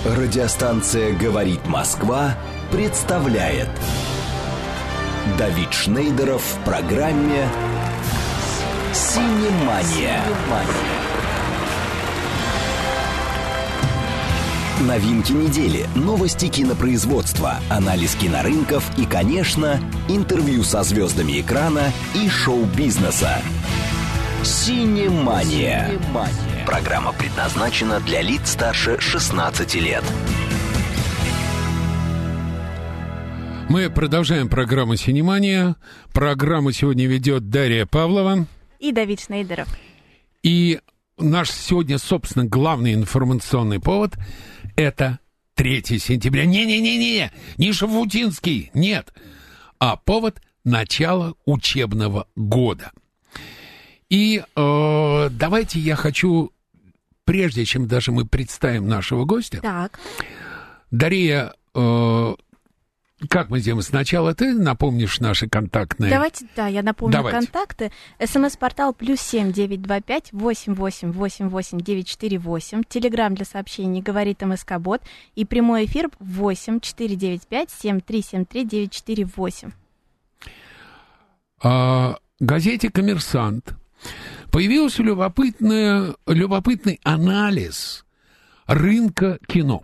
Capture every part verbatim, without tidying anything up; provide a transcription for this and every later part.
Радиостанция «Говорит Москва» представляет Давид Шнейдеров в программе «Синемания». Новинки недели, новости кинопроизводства, анализ кинорынков и, конечно, интервью со звездами экрана и шоу-бизнеса. «Синемания». Программа предназначена для лиц старше шестнадцати лет. Мы продолжаем программу «Синемания». Программу сегодня ведет Дарья Павлова и Давид Шнейдеров. И наш сегодня, собственно, главный информационный повод – это третьего сентября. Не-не-не-не, не Шафутинский, нет. А повод – начало учебного года. И э, давайте я хочу, прежде чем даже мы представим нашего гостя, так. Дарья, э, как мы сделаем сначала, ты напомнишь наши контактные? Давайте, да, я напомню Давайте. контакты. СМС-портал плюс семь девять два пять восемь восемь восемь восемь девять четыре восемь. Телеграм для сообщений говорит МСК-бот. И прямой эфир восемь четыре девять пять семь три семь три девять четыре восемь. А, газете «Коммерсант» появился любопытный, любопытный анализ рынка кино.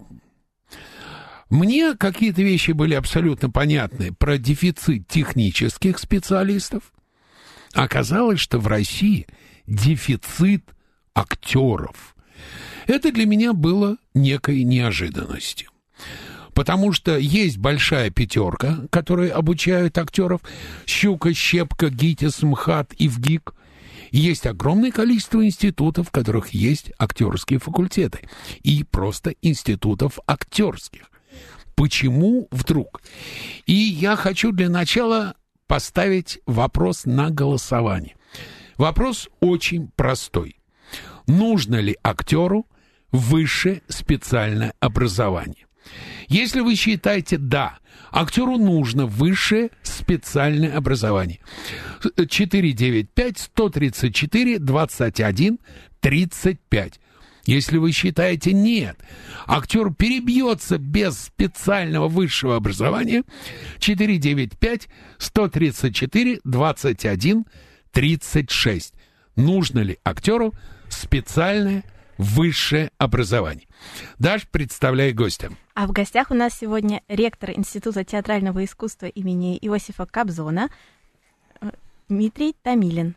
Мне какие-то вещи были абсолютно понятны про дефицит технических специалистов. Оказалось, что в России дефицит актеров. Это для меня было некой неожиданностью. Потому что есть большая пятерка, которые обучают актеров. Щука, Щепка, ГИТИС, МХАТ, ИВГИК. Есть огромное количество институтов, в которых есть актерские факультеты. И просто институтов актерских. Почему вдруг? И я хочу для начала поставить вопрос на голосование. Вопрос очень простой. Нужно ли актеру высшее специальное образование? Если вы считаете «да», актеру нужно высшее специальное образование. четыре девять пять сто тридцать четыре двадцать один тридцать пять. Если вы считаете «нет», актер перебьется без специального высшего образования, четыре девять пять сто тридцать четыре двадцать один тридцать шесть. Нужно ли актеру специальное высшее образование? Даш, представляй гостя. А в гостях у нас сегодня ректор Института театрального искусства имени Иосифа Кобзона Дмитрий Томилин.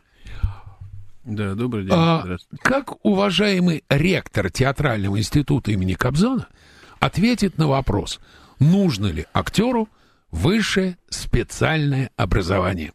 Да, добрый день. А, как уважаемый ректор театрального института имени Кобзона ответит на вопрос, нужно ли актеру высшее специальное образование?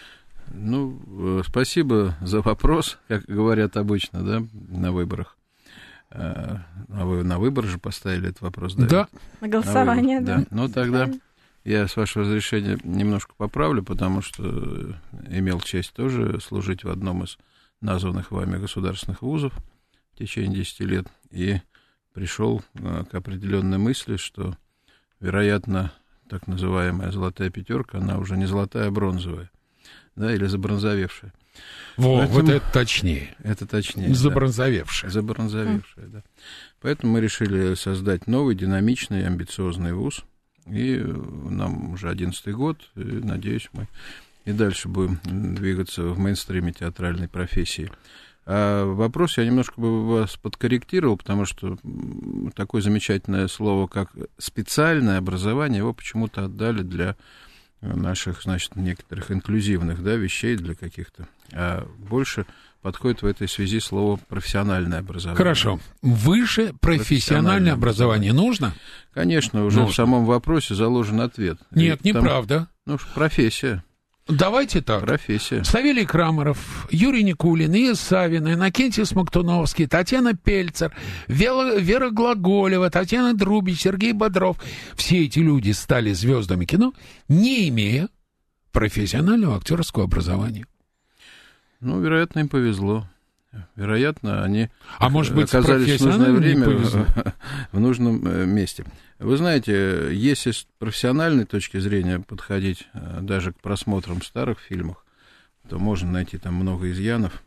Ну, спасибо за вопрос, как говорят обычно, да, на выборах. А вы на выбор же поставили этот вопрос, да? Да. На голосование, на да. да. Ну, тогда я, с вашего разрешения, немножко поправлю, потому что имел честь тоже служить в одном из названных вами государственных вузов в течение десяти лет, и пришел к определенной мысли, что, вероятно, так называемая золотая пятерка, она уже не золотая, а бронзовая, да, или забронзовевшая. Во, Поэтому... вот это точнее. Это точнее. Забронзовевшая. Да. Забронзовевшая, mm. да. Поэтому мы решили создать новый, динамичный, амбициозный вуз, и нам уже одиннадцатый год, и, надеюсь, мы и дальше будем двигаться в мейнстриме театральной профессии. А вопрос я немножко бы вас подкорректировал, потому что такое замечательное слово, как специальное образование, его почему-то отдали для наших, значит, некоторых инклюзивных, да, вещей, для каких-то. А больше подходит в этой связи слово профессиональное образование. Хорошо. Выше профессиональное образование нужно? Конечно, уже нужно. В самом вопросе заложен ответ. Нет, и неправда. Там, ну, профессия. Давайте так. Профессия. Савелий Крамаров, Юрий Никулин, Ия Савина, Иннокентий Смоктуновский, Татьяна Пельцер, Вера, Вера Глаголева, Татьяна Друбич, Сергей Бодров. Все эти люди стали звездами кино, не имея профессионального актерского образования. Ну, вероятно, им повезло. Вероятно, они а может быть, оказались в нужное время в, в нужном месте. Вы знаете, если с профессиональной точки зрения подходить даже к просмотрам старых фильмов, то можно найти там много изъянов.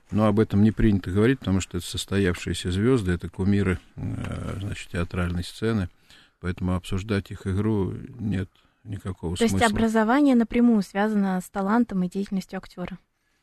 Но об этом не принято говорить, потому что это состоявшиеся звезды, это кумиры, значит, театральной сцены, поэтому обсуждать их игру нет никакого То смысла. есть образование напрямую связано с талантом и деятельностью актера?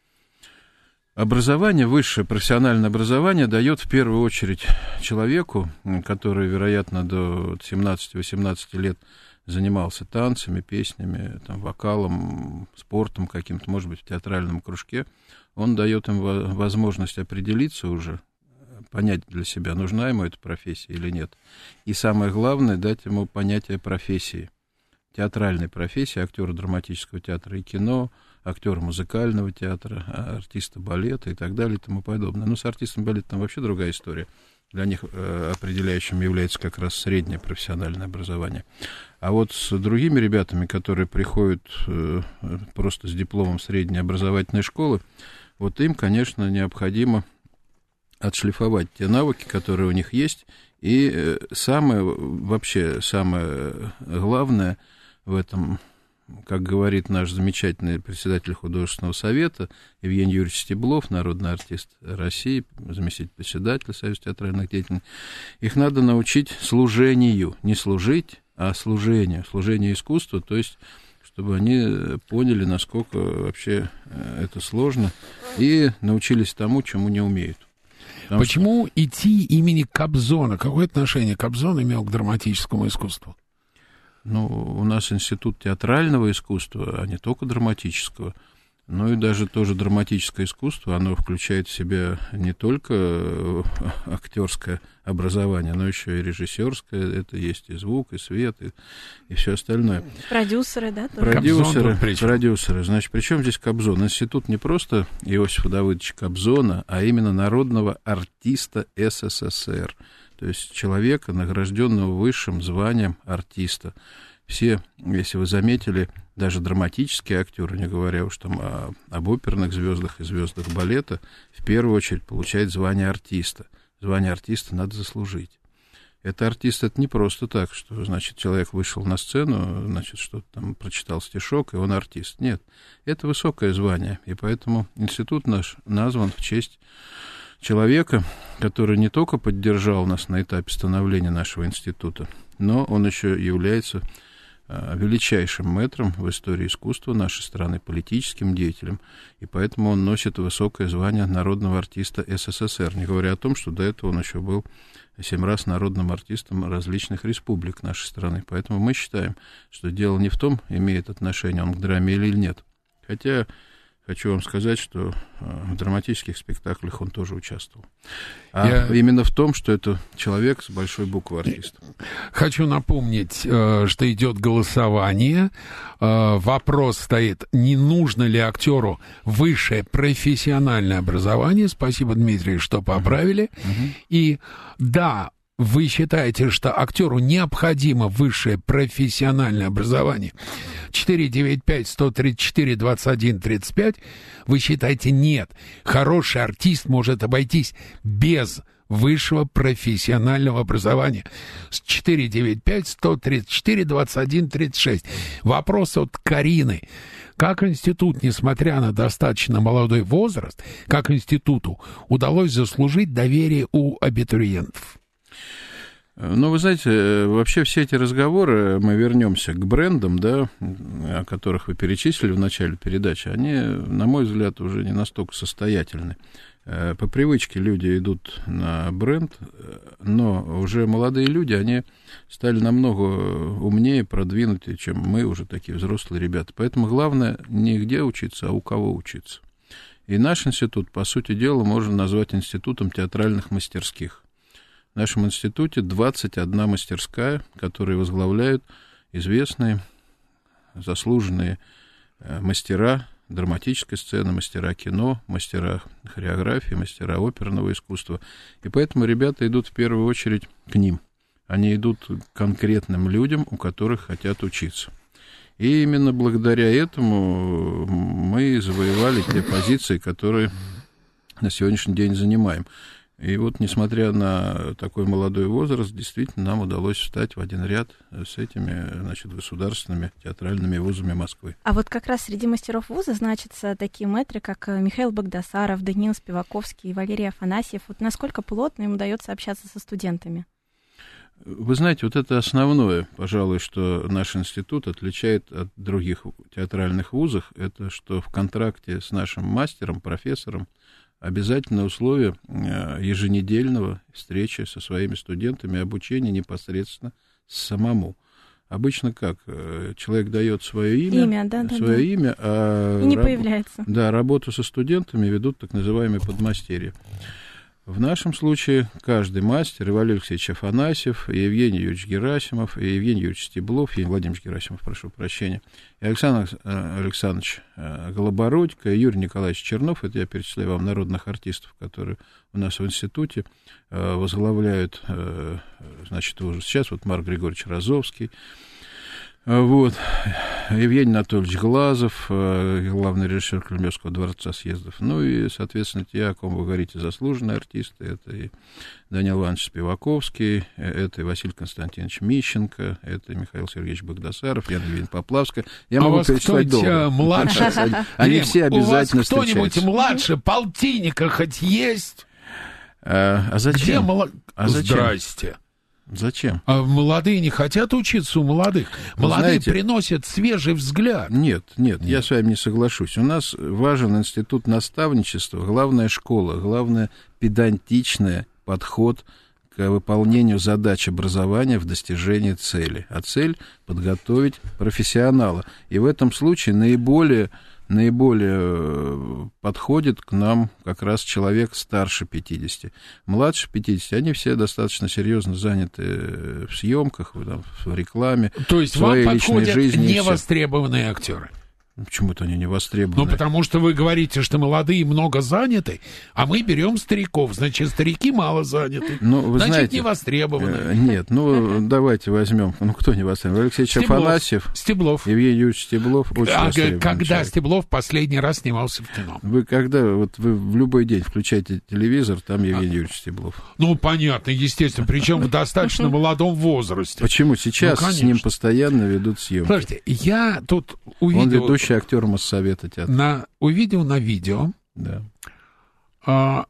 Образование, высшее профессиональное образование дает в первую очередь человеку, который, вероятно, до семнадцати-восемнадцати лет занимался танцами, песнями, там, вокалом, спортом каким-то, может быть, в театральном кружке. Он дает им возможность определиться уже, понять для себя, нужна ему эта профессия или нет. И самое главное, дать ему понятие профессии. Театральной профессии, актера драматического театра и кино, актера музыкального театра, артиста балета и так далее и тому подобное. Но с артистом балета там вообще другая история. Для них э, определяющим является как раз среднее профессиональное образование. А вот с другими ребятами, которые приходят э, просто с дипломом средней образовательной школы, вот им, конечно, необходимо отшлифовать те навыки, которые у них есть. И э, самое, вообще самое главное в этом, как говорит наш замечательный председатель художественного совета Евгений Юрьевич Стеблов, народный артист России, заместитель председателя Союза театральных деятелей, их надо научить служению, не служить, а служению, служению искусству, то есть чтобы они поняли, насколько вообще это сложно, и научились тому, чему не умеют. Потому Почему что... идти имени Кобзона? Какое отношение Кобзон имел к драматическому искусству? Ну, у нас институт театрального искусства, а не только драматического. Ну и даже тоже драматическое искусство, оно включает в себя не только актерское образование, но еще и режиссерское. Это есть и звук, и свет, и, и все остальное. Продюсеры, да? Тоже? Продюсеры, продюсеры. Значит, при чем здесь Кобзон? Институт не просто Иосифа Давыдовича Кобзона, а именно народного артиста СССР. То есть человека, награжденного высшим званием артиста. Все, если вы заметили, даже драматические актеры, не говоря уж там о, об оперных звездах и звездах балета, в первую очередь получают звание артиста. Звание артиста надо заслужить. Это артист, это не просто так, что, значит, человек вышел на сцену, значит, что-то там прочитал стишок, и он артист. Нет, это высокое звание, и поэтому институт наш назван в честь человека, который не только поддержал нас на этапе становления нашего института, но он еще является величайшим мэтром в истории искусства нашей страны, политическим деятелем, и поэтому он носит высокое звание народного артиста СССР, не говоря о том, что до этого он еще был семь раз народным артистом различных республик нашей страны. Поэтому мы считаем, что дело не в том, имеет отношение он к драме или нет. Хотя хочу вам сказать, что в драматических спектаклях он тоже участвовал. А Я... именно в том, что это человек с большой буквы артист. Хочу напомнить, что идет голосование. Вопрос стоит, не нужно ли актеру высшее профессиональное образование. Спасибо, Дмитрий, что поправили. Uh-huh. И да, вы считаете, что актеру необходимо высшее профессиональное образование? четыре девять пять сто тридцать четыре двадцать один тридцать пять. Вы считаете, нет. Хороший артист может обойтись без высшего профессионального образования. четыре девять пять сто тридцать четыре двадцать один тридцать шесть. Вопрос от Карины. Как институт, несмотря на достаточно молодой возраст, как институту удалось заслужить доверие у абитуриентов? Ну, вы знаете, вообще все эти разговоры, мы вернемся к брендам, да, о которых вы перечислили в начале передачи, они, на мой взгляд, уже не настолько состоятельны. По привычке люди идут на бренд, но уже молодые люди, они стали намного умнее, продвинутее, чем мы, уже такие взрослые ребята. Поэтому главное не где учиться, а у кого учиться. И наш институт, по сути дела, можно назвать институтом театральных мастерских. В нашем институте двадцать одна мастерская, которые возглавляют известные, заслуженные мастера драматической сцены, мастера кино, мастера хореографии, мастера оперного искусства. И поэтому ребята идут в первую очередь к ним. Они идут к конкретным людям, у которых хотят учиться. И именно благодаря этому мы завоевали те позиции, которые на сегодняшний день занимаем. И вот, несмотря на такой молодой возраст, действительно нам удалось встать в один ряд с этими, значит, государственными театральными вузами Москвы. А вот как раз среди мастеров вуза значатся такие мэтры, как Михаил Багдасаров, Даниил Спиваковский и Валерий Афанасьев. Вот насколько плотно им удается общаться со студентами? Вы знаете, вот это основное, пожалуй, что наш институт отличает от других театральных вузов, это что в контракте с нашим мастером, профессором, обязательное условие еженедельного встречи со своими студентами, обучения непосредственно самому. Обычно как? Человек дает свое имя, имя да, свое да, да. имя, а и не раб... появляется. Да, работу со студентами ведут так называемые подмастерья. В нашем случае каждый мастер, и Валерий Алексеевич Афанасьев, и Евгений Юрьевич Герасимов, и Евгений Юрьевич Стеблов, Евгений Владимирович Герасимов, прошу прощения, и Александр Александрович Голобородько, и Юрий Николаевич Чернов, это я перечисляю вам народных артистов, которые у нас в институте возглавляют, значит, уже сейчас, вот Марк Григорьевич Розовский, вот, Евгений Анатольевич Глазов, главный режиссер Кремлевского дворца съездов, ну и, соответственно, те, о ком вы говорите, заслуженные артисты, это и Даниил Иванович Спиваковский, это и Василий Константинович Мищенко, это и Михаил Сергеевич Багдасаров, Яна Евгеньевна Поплавская. Я а могу у вас перечислать долго. Младше? Они, они все обязательно встречаются. У вас кто-нибудь младше полтинника хоть есть? А, а зачем? Где мало... а зачем? Здрасте. Зачем? А молодые не хотят учиться у молодых. Вы молодые знаете, приносят свежий взгляд. Нет, нет, нет, я с вами не соглашусь. У нас важен институт наставничества, главная школа, главное педантичный подход к выполнению задач образования в достижении цели. А цель — подготовить профессионала. И в этом случае наиболее... наиболее подходит к нам как раз человек старше пятидесяти. Младше пятидесяти, они все достаточно серьезно заняты в съемках, в рекламе, То есть в своей вам личной подходят жизни. невостребованные актеры? Почему-то они не востребованы. Ну, потому что вы говорите, что молодые много заняты, а мы берем стариков. Значит, старики мало заняты. Ну, вы Значит, знаете, не востребованы. Э, нет, ну, давайте возьмем. Ну, кто не востребован? Алексей Афанасьев. Стеблов. Евгений Юрьевич Стеблов. Очень а востребованный когда человек. Стеблов последний раз снимался в кино? Вы когда, вот вы в любой день включаете телевизор, там Евгений а, Юрьевич Стеблов. Ну, понятно, естественно, причем в достаточно молодом возрасте. Почему? Сейчас ну, с ним постоянно ведут съемки. Слушайте, я тут увидел... Он ведущий актер Моссовета театра. На, увидел на видео да. а,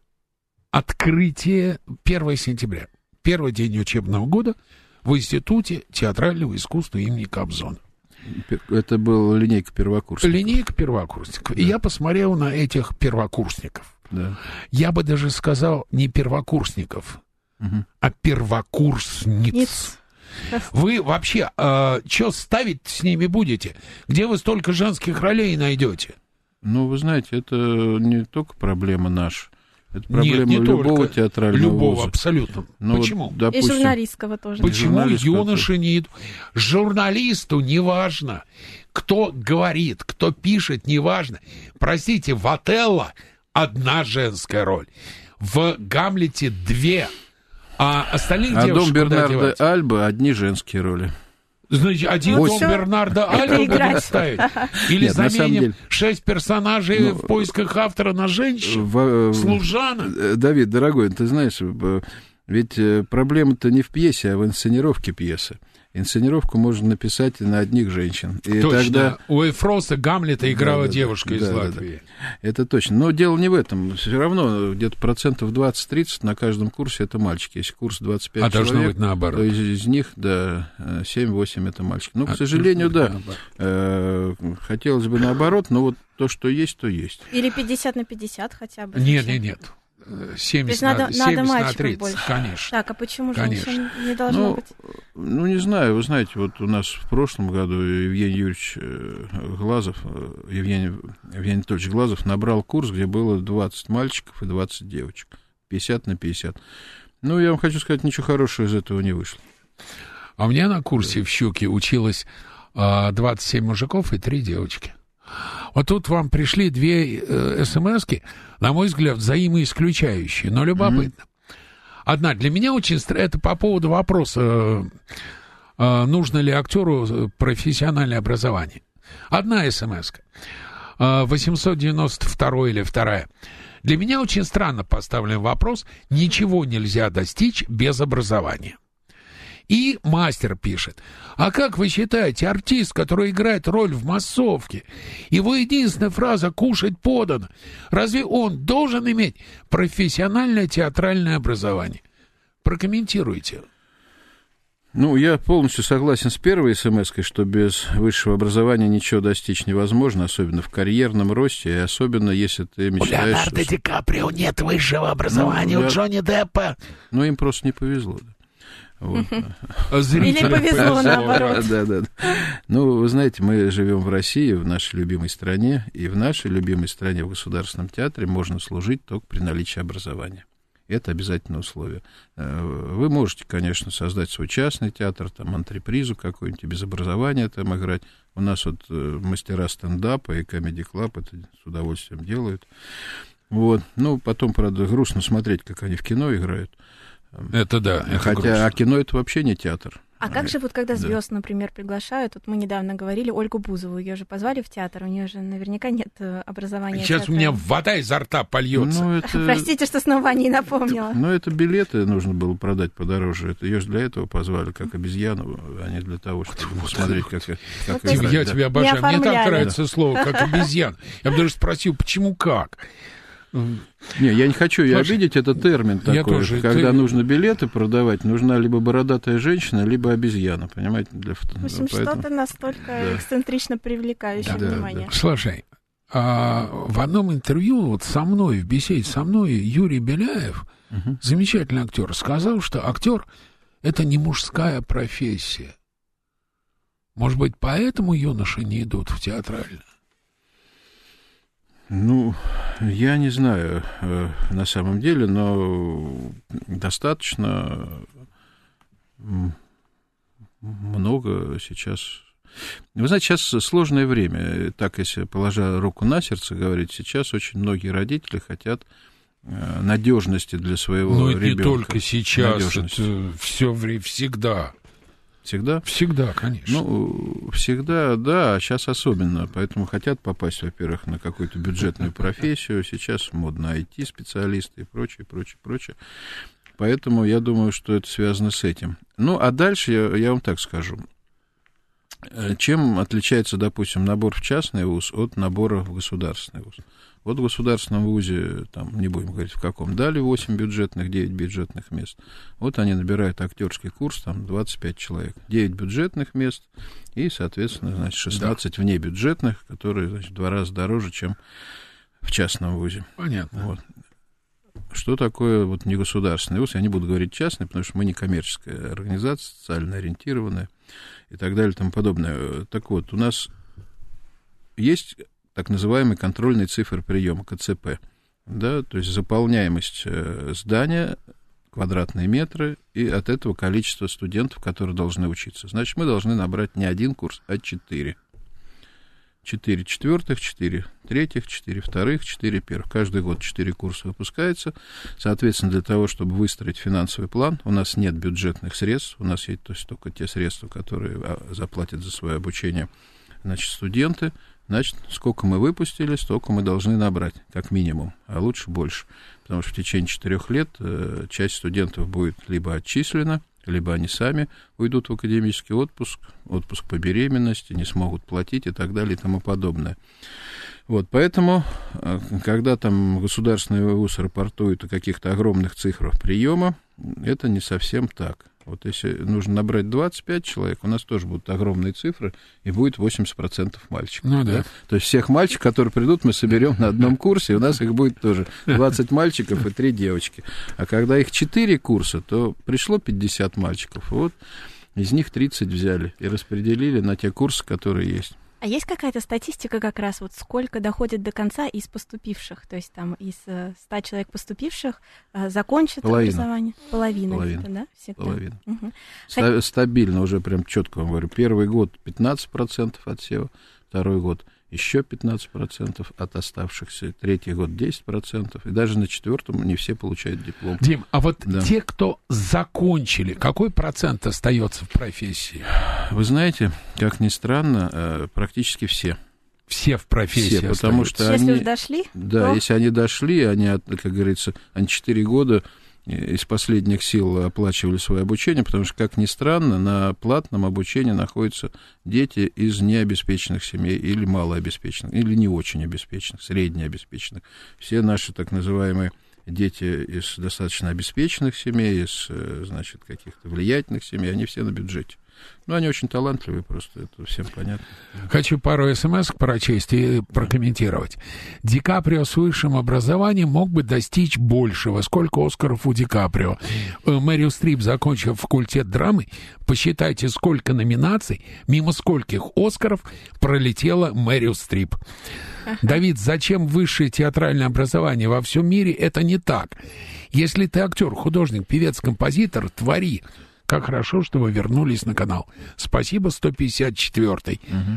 открытие первого сентября. Первый день учебного года в Институте театрального искусства имени Кобзона. Это была линейка первокурсников. Линейка первокурсников. Да. И я посмотрел на этих первокурсников. Да. Я бы даже сказал не первокурсников, угу. а первокурсниц. Ниц. Вы вообще, э, что ставить с ними будете? Где вы столько женских ролей найдете? Ну, вы знаете, это не только проблема наша. Это проблема Нет, не любого театрального Любого, вуза. абсолютно. Ну, Почему? Вот, допустим, и журналистского тоже. Почему юноши не идут? Журналисту неважно, кто говорит, кто пишет, неважно. Простите, в Отелло одна женская роль, в Гамлете две. А остальных а девушек дом Бернарда Альбы одни женские роли. Значит, один вот дом все. Бернарда Альба будем ставить? Или Нет, заменим шесть персонажей ну, в поисках автора на женщин? В, Служанок? Давид, дорогой, ты знаешь, ведь проблема-то не в пьесе, а в инсценировке пьесы. Инсценировку можно написать на одних женщин. И точно. Тогда... У Эфроса Гамлета играла да, да, девушка да, из да, Латвии. Да. Это точно. Но дело не в этом. Все равно где-то процентов двадцать-тридцать на каждом курсе это мальчики. Если курс двадцать пять а человек, должно быть наоборот. То из, из них, да, семь-восемь это мальчики. Ну, а к сожалению, да. Э, хотелось бы наоборот, но вот то, что есть, то есть. Или пятьдесят на пятьдесят хотя бы. Нет, нет, нет. семьдесят на, надо, надо на тридцать, больше. Конечно. Так, а почему конечно. женщин не должно ну, быть? Ну, не знаю, вы знаете, вот у нас в прошлом году Евгений Юрьевич Глазов, Евгений, Евгений Анатольевич Глазов набрал курс, где было двадцать мальчиков и двадцать девочек, пятьдесят на пятьдесят. Ну, я вам хочу сказать, ничего хорошего из этого не вышло. А у меня на курсе в Щуке училось двадцать семь мужиков и три девочки. Вот тут вам пришли две э, смс-ки, на мой взгляд, взаимоисключающие, но любопытно. Mm-hmm. Одна для меня очень... Это по поводу вопроса, э, э, нужно ли актеру профессиональное образование. Одна смс-ка. восемьсот девяносто два или вторая. Для меня очень странно поставлен вопрос: ничего нельзя достичь без образования. И мастер пишет: а как вы считаете, артист, который играет роль в массовке, его единственная фраза «кушать подано», разве он должен иметь профессиональное театральное образование? Прокомментируйте. Ну, я полностью согласен с первой смс-кой, что без высшего образования ничего достичь невозможно, особенно в карьерном росте, и особенно если ты мечтаешь... У Леонардо Ди Каприо нет высшего образования, ну, у Джонни Деппа... Ну, им просто не повезло, да. Вот. Или повезло, наоборот. Да, да. Ну, вы знаете, мы живем в России, в нашей любимой стране, и в нашей любимой стране в Государственном театре можно служить только при наличии образования. Это обязательное условие. Вы можете, конечно, создать свой частный театр, там, антрепризу какую-нибудь, без образования там играть. У нас вот мастера стендапа и комеди-клаб это с удовольствием делают. Вот. Ну, потом, правда, грустно смотреть, как они в кино играют. Это да, это Хотя, грустно. А кино это вообще не театр. А как же вот когда Да. звезд, например, приглашают, вот мы недавно говорили Ольгу Бузову, ее же позвали в театр, у нее же наверняка нет э, образования. Сейчас у театрального. меня вода изо рта польется. Ну, это... Простите, что снова о ней напомнила. Ну, это билеты нужно было продать подороже. Это ее же для этого позвали, как обезьяну, а не для того, чтобы посмотреть, как, как Вот играть, Тим, я да. тебя обожаю. Мне так оформляли. нравится слово, как обезьян. Я бы даже спросил, почему как? Не, я не хочу я Слушай, обидеть, это термин я такой. тоже, Когда ты- нужно билеты продавать, нужна либо бородатая женщина, либо обезьяна, понимаете? Для... В общем, Поэтому- что-то настолько Да. эксцентрично привлекающее Да, внимание. Слушай, а в одном интервью вот со мной, в беседе со мной, Юрий Беляев, Мгм. замечательный актер, сказал, что актер — это не мужская профессия. Может быть, поэтому юноши не идут в театральное? Ну, я не знаю э, на самом деле, но достаточно м, много сейчас... Вы знаете, сейчас сложное время. Так, если положа руку на сердце говорить, сейчас очень многие родители хотят э, надежности для своего Ну, и ребенка. не только сейчас, Надежность. это все время, всегда. Всегда? Всегда, конечно. Ну, всегда, да, а сейчас особенно. Поэтому хотят попасть, во-первых, на какую-то бюджетную профессию. Сейчас модно ай ти-специалисты и прочее, прочее, прочее. Поэтому я думаю, что это связано с этим. Ну, а дальше я, я вам так скажу. Чем отличается, допустим, набор в частный вуз от набора в государственный вуз? Вот в государственном вузе, там, не будем говорить в каком, дали восемь бюджетных, девять бюджетных мест. Вот они набирают актерский курс, там, двадцать пять человек. девять бюджетных мест и, соответственно, значит, шестнадцать да. внебюджетных, которые, значит, в два раза дороже, чем в частном вузе. Понятно. Вот. Что такое вот негосударственный вуз? Я не буду говорить частный, потому что мы не коммерческая организация, социально ориентированная и так далее и тому подобное. Так вот, у нас есть так называемый контрольный цифр приема, ка цэ пэ, да, то есть заполняемость здания, квадратные метры, и от этого количество студентов, которые должны учиться. Значит, мы должны набрать не один курс, а четыре. Четыре четвертых, четыре третьих, четыре вторых, четыре первых. Каждый год четыре курса выпускается. Соответственно, для того, чтобы выстроить финансовый план, у нас нет бюджетных средств, у нас есть то есть, только те средства, которые заплатят за свое обучение, значит, студенты. Значит, сколько мы выпустили, столько мы должны набрать, как минимум, а лучше больше. Потому что в течение четырех лет э, часть студентов будет либо отчислена, либо они сами уйдут в академический отпуск, отпуск по беременности, не смогут платить и так далее и тому подобное. Вот, поэтому, когда там государственный вуз рапортует о каких-то огромных цифрах приема, это не совсем так. Вот если нужно набрать двадцать пять человек, у нас тоже будут огромные цифры, и будет восемьдесят процентов мальчиков. Ну, да. Да? То есть всех мальчиков, которые придут, мы соберем на одном курсе, и у нас их будет тоже двадцать мальчиков и три девочки. А когда их четыре курса, то пришло пятьдесят мальчиков, вот из них тридцать взяли и распределили на те курсы, которые есть. А есть какая-то статистика как раз, вот сколько доходит до конца из поступивших? То есть там из ста человек поступивших закончат Половина. образование? Половина. Половина. где-то, да? Всегда. Половина. Угу. Ста- стабильно, уже прям четко вам говорю. Первый год пятнадцать процентов отсева, второй год еще пятнадцать процентов от оставшихся, третий год десять процентов, и даже на четвертом не все получают диплом. Дим, а вот Да. те, кто закончили, какой процент остается в профессии? Вы знаете, как ни странно, практически все. Все в профессии Все, потому остаются. что если они... уж дошли, Да, то... если они дошли, они, как говорится, они четыре года из последних сил оплачивали свое обучение, потому что, как ни странно, на платном обучении находятся дети из необеспеченных семей или малообеспеченных, или не очень обеспеченных, среднеобеспеченных. Все наши так называемые дети из достаточно обеспеченных семей, из, значит, каких-то влиятельных семей, они все на бюджете. Ну, они очень талантливые, просто это всем понятно. Хочу пару смс прочесть и прокомментировать. Ди Каприо с высшим образованием мог бы достичь большего. Сколько Оскаров у Ди Каприо? Мэрил Стрип, закончив факультет драмы, посчитайте, сколько номинаций, мимо скольких Оскаров пролетела Мэрил Стрип. Давид, зачем высшее театральное образование во всем мире? Это не так. Если ты актер, художник, певец, композитор, твори. Как хорошо, что вы вернулись на канал. Спасибо, сто пятьдесят четвёртый. Угу.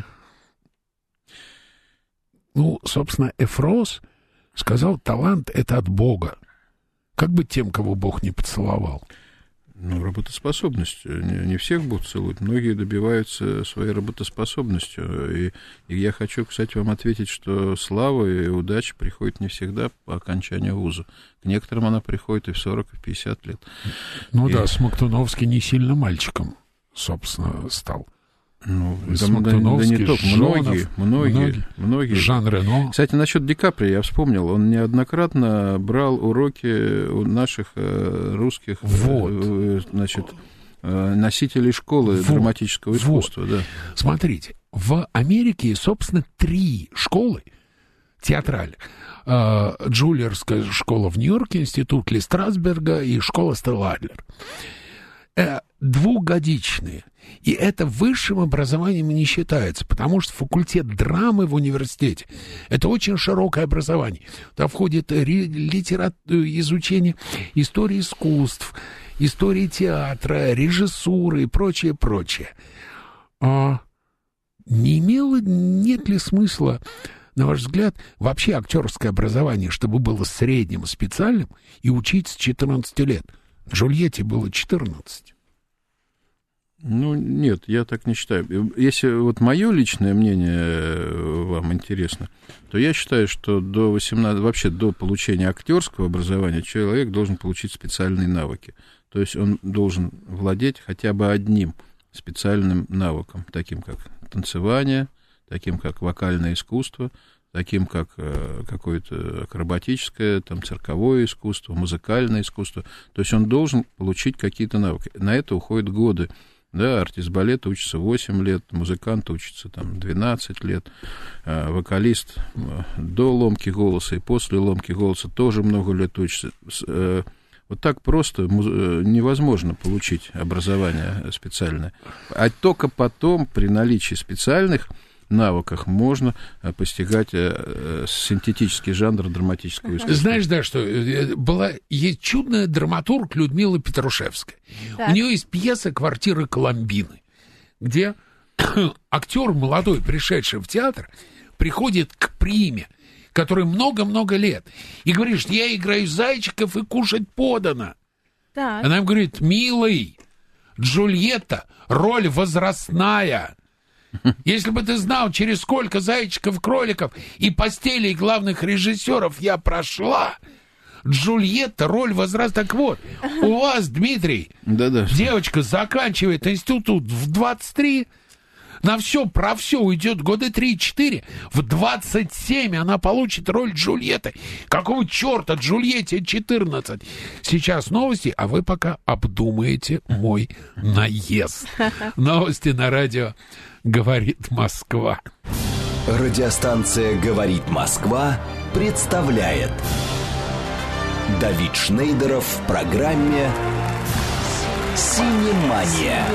Ну, собственно, Эфрос сказал, талант — это от Бога. Как быть тем, кого Бог не поцеловал? Ну, работоспособностью. Не, не всех Бог целует. Многие добиваются своей работоспособностью. И, и я хочу, кстати, вам ответить, что слава и удача приходит не всегда по окончанию вуза. К некоторым она приходит и в сорок, и в пятьдесят лет. Ну и... да, Смоктуновский не сильно мальчиком, собственно, стал. Ну, да, да, да не только, многие, многие, многие, многие. Жан Рено. Кстати, насчет Ди Каприо я вспомнил, он неоднократно брал уроки у наших э, русских вот. э, значит, э, носителей школы вот. драматического искусства. Вот. Да. Смотрите, в Америке, собственно, три школы театральных. Э, Джульерская школа в Нью-Йорке, институт Ли Страсберга и школа Стелла Адлер. Э, двухгодичные. И это высшим образованием не считается, потому что факультет драмы в университете — это очень широкое образование. Туда входит литература, изучение истории искусств, истории театра, режиссуры и прочее, прочее. А не имело, нет ли смысла, на ваш взгляд, вообще актерское образование, чтобы было средним, специальным, и учить с четырнадцати лет? Джульетте было четырнадцать. Ну, нет, я так не считаю. Если вот мое личное мнение вам интересно, то я считаю, что до восемнадцати, вообще до получения актерского образования человек должен получить специальные навыки. То есть он должен владеть хотя бы одним специальным навыком, таким как танцевание, таким как вокальное искусство, таким как э, какое-то акробатическое, там, цирковое искусство, музыкальное искусство. То есть он должен получить какие-то навыки. На это уходят годы. Да, артист балета учится восемь лет, музыкант учится там двенадцать лет, э, вокалист э, до ломки голоса и после ломки голоса тоже много лет учится. Э, вот так просто э, невозможно получить образование специальное. А только потом, при наличии специальных навыках, можно постигать э, синтетический жанр драматического искусства. Знаешь, да, что была есть чудная драматург Людмила Петрушевская. Так. У нее есть пьеса «Квартира Коломбины», где актер молодой, пришедший в театр, приходит к приме, который много-много лет, и говорит, что я играю зайчиков и кушать подано. Так. Она ему говорит, милый, Джульетта, роль возрастная. Если бы ты знал, через сколько зайчиков, кроликов и постелей главных режиссеров я прошла, Джульетта, роль возраста. Так вот, у вас, Дмитрий, Да-да. девочка заканчивает институт в двадцать три, на все про все уйдет года три-четыре, в двадцать семь она получит роль Джульетты. Какого черта Джульетте четырнадцать? Сейчас новости, а вы пока обдумаете мой наезд. Новости на радио «Говорит Москва». Радиостанция «Говорит Москва» представляет Давид Шнейдеров в программе «Синемания».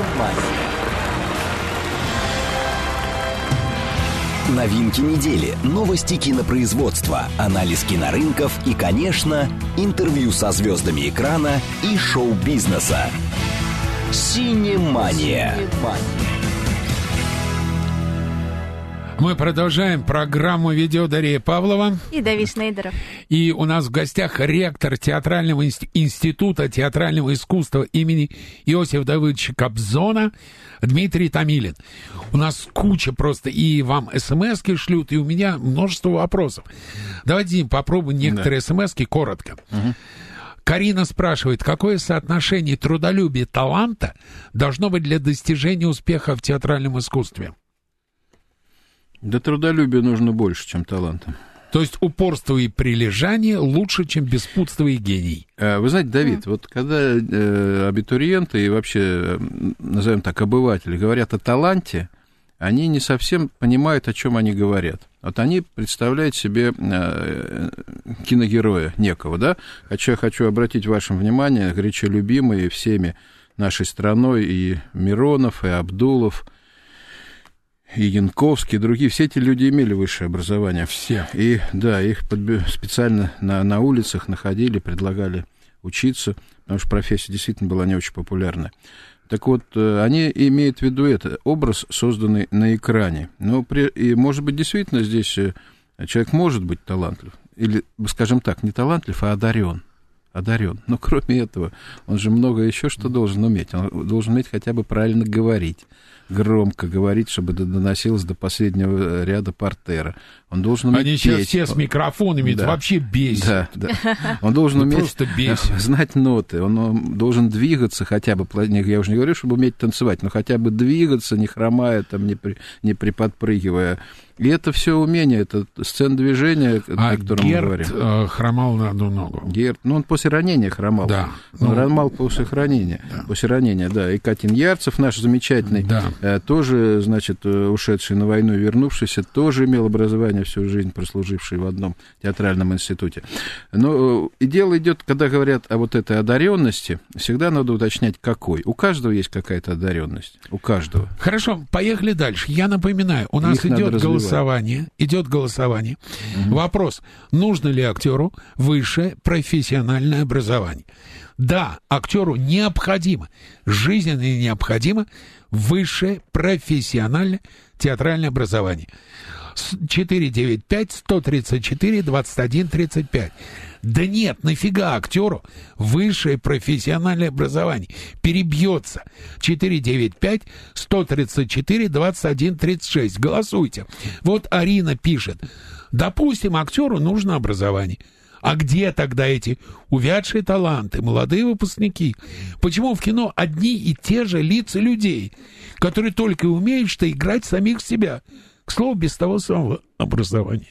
Новинки недели, новости кинопроизводства, анализ кинорынков и, конечно, интервью со звездами экрана и шоу-бизнеса. «Синемания». Мы продолжаем программу «Ведет Дарья Павлова». И Давид Шнейдеров. И у нас в гостях ректор Театрального института театрального искусства имени Иосифа Давыдовича Кобзона Дмитрий Томилин. У нас куча просто, и вам смс-ки шлют, и у меня множество вопросов. Давайте попробуем некоторые да. смс-ки коротко. Угу. Карина спрашивает, какое соотношение трудолюбия и таланта должно быть для достижения успеха в театральном искусстве? Да трудолюбия нужно больше, чем таланта. То есть упорство и прилежание лучше, чем беспутство и гений. Вы знаете, Давид, mm. вот когда э, абитуриенты и вообще, назовем так, обыватели говорят о таланте, они не совсем понимают, о чем они говорят. Вот они представляют себе э, киногероя некого, да? Хочу, я хочу обратить ваше внимание, горячо любимые всеми нашей страной и Миронов, и Абдулов, и Янковский, и другие, все эти люди имели высшее образование. Все. И, да, их подби- специально на, на улицах находили, предлагали учиться, потому что профессия действительно была не очень популярная. Так вот, они имеют в виду это, образ, созданный на экране. Но, при, и, может быть, действительно здесь человек может быть талантлив, или, скажем так, не талантлив, а одарен. Одарен. Но кроме этого, он же много еще что должен уметь. Он должен уметь хотя бы правильно говорить, громко говорить, чтобы доносилось до последнего ряда портера. Он должен уметь Они петь. сейчас все с микрофонами, да. это вообще бесит. Да, да. Он должен ну, уметь просто бесит. знать ноты, он, он должен двигаться хотя бы, я уже не говорю, чтобы уметь танцевать, но хотя бы двигаться, не хромая, там, не, при, не приподпрыгивая. И это все умение, это сцена движения, а о котором Герд, мы говорим. Э, хромал на одну ногу. Герд, ну, он после ранения хромал. Да. Он ну, хромал после ранения. Да. После ранения, да. И Катин Ярцев, наш замечательный, да. э, тоже, значит, ушедший на войну и вернувшийся, тоже имел образование всю жизнь, прослуживший в одном театральном институте. Но и дело идет, когда говорят о вот этой одаренности, всегда надо уточнять, какой. У каждого есть какая-то одаренность. У каждого. Хорошо, поехали дальше. Я напоминаю, у нас Их идет голосование. Идет голосование. Угу. Вопрос, нужно ли актеру высшее профессиональное образование? Да, актеру необходимо, жизненно необходимо высшее профессиональное театральное образование. четыре девять пять сто тридцать четыре двадцать один тридцать пять. Да нет, нафига актеру высшее профессиональное образование? Перебьется. четыре девять пять сто тридцать четыре двадцать один тридцать шесть. Голосуйте. Вот Арина пишет. Допустим, актеру нужно образование. А где тогда эти увядшие таланты, молодые выпускники? Почему в кино одни и те же лица людей, которые только и умеют что играть самих себя? К слову, без того самого образования.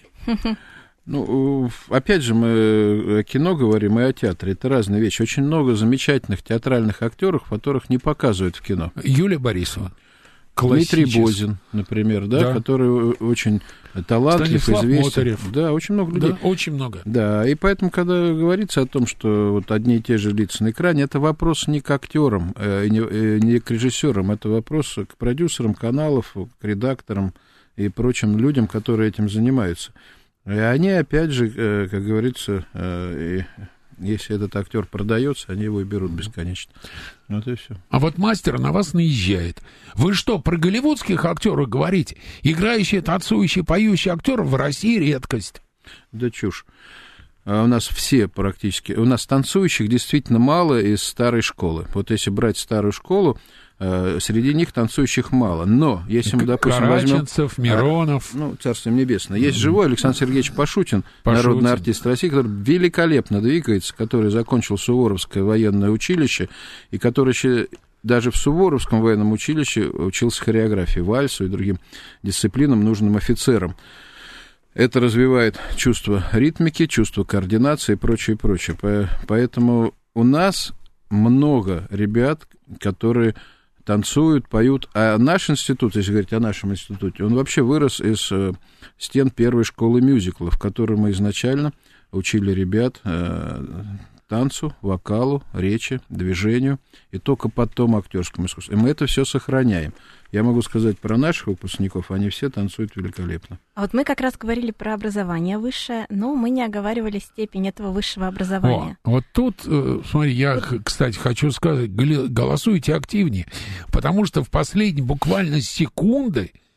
Ну, опять же, мы о кино говорим и о театре. Это разные вещи. Очень много замечательных театральных актеров, которых не показывают в кино. Юлия Борисова. Дмитрий Бозин, например, да, да. который очень талантлив, Станислав известен. Мотарев. Да, очень много людей. Да, очень много. Да, и поэтому, когда говорится о том, что вот одни и те же лица на экране, это вопрос не к актерам, э, не, э, не к режиссерам, это вопрос к продюсерам каналов, к редакторам и прочим людям, которые этим занимаются. И они, опять же, э, как говорится, э, если этот актер продается, они его и берут бесконечно. Вот и все. А вот мастер на вас наезжает. Вы что, про голливудских актеров говорите? Играющие, танцующие, поющие актеры в России редкость. Да чушь. А у нас все практически... У нас танцующих действительно мало из старой школы. Вот если брать старую школу, среди них танцующих мало. Но если мы, допустим, Караченцев, возьмем... Миронов. Ну, царство им небесное. Есть живой Александр Сергеевич Пашутин, Пашутин, народный артист России, который великолепно двигается, который закончил Суворовское военное училище, и который еще даже в Суворовском военном училище учился хореографии, вальсу и другим дисциплинам, нужным офицерам. Это развивает чувство ритмики, чувство координации и прочее, прочее. Поэтому у нас много ребят, которые танцуют, поют. А наш институт, если говорить о нашем институте, он вообще вырос из э, стен первой школы мюзиклов, в которой мы изначально учили ребят э, танцу, вокалу, речи, движению, и только потом актерскому искусству. И мы это все сохраняем. Я могу сказать про наших выпускников, они все танцуют великолепно. А вот мы как раз говорили про образование высшее, но мы не оговаривали степень этого высшего образования. О, вот тут, смотри, я, кстати, хочу сказать, голосуйте активнее, потому что в последние буквально секунды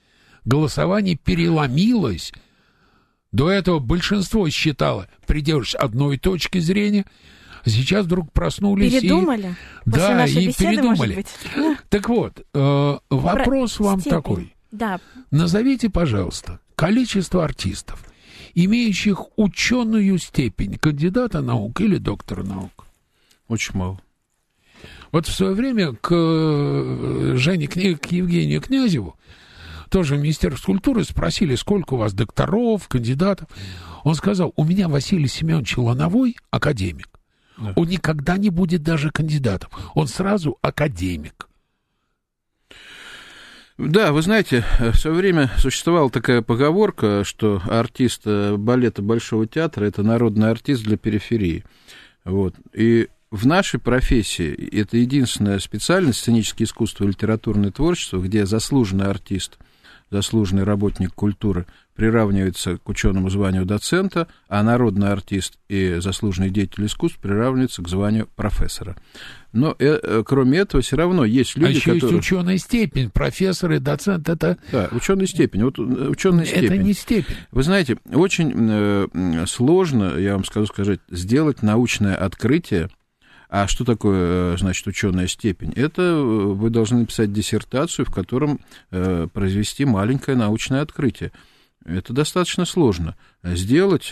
голосование переломилось. До этого большинство считало, придерживаясь одной точки зрения, а сейчас вдруг проснулись передумали? И... После да, нашей и беседы, передумали. может быть? Так вот, э, вопрос Про вам степень. такой. Да. Назовите, пожалуйста, количество артистов, имеющих ученую степень кандидата наук или доктора наук. Очень мало. Вот в свое время к Жене, к Евгению Князеву, тоже в Министерстве культуры, спросили, сколько у вас докторов, кандидатов. Он сказал, у меня Василий Семенович Лановой академик. Да. Он никогда не будет даже кандидатом. Он сразу академик. Да, вы знаете, в свое время существовала такая поговорка, что артист балета Большого театра – это народный артист для периферии. Вот. И в нашей профессии это единственная специальность сценическое искусство и литературное творчество, где заслуженный артист, заслуженный работник культуры приравнивается к ученому званию доцента, а народный артист и заслуженный деятель искусств приравниваются к званию профессора. Но э, кроме этого все равно есть люди, а еще которые... есть ученая степень, профессор и доцент это... Да, ученая степень. Вот ученая степень. Это не степень. Вы знаете, очень э, сложно, я вам скажу сказать, сделать научное открытие. А что такое, значит, ученая степень? Это вы должны написать диссертацию, в котором э, произвести маленькое научное открытие. Это достаточно сложно сделать,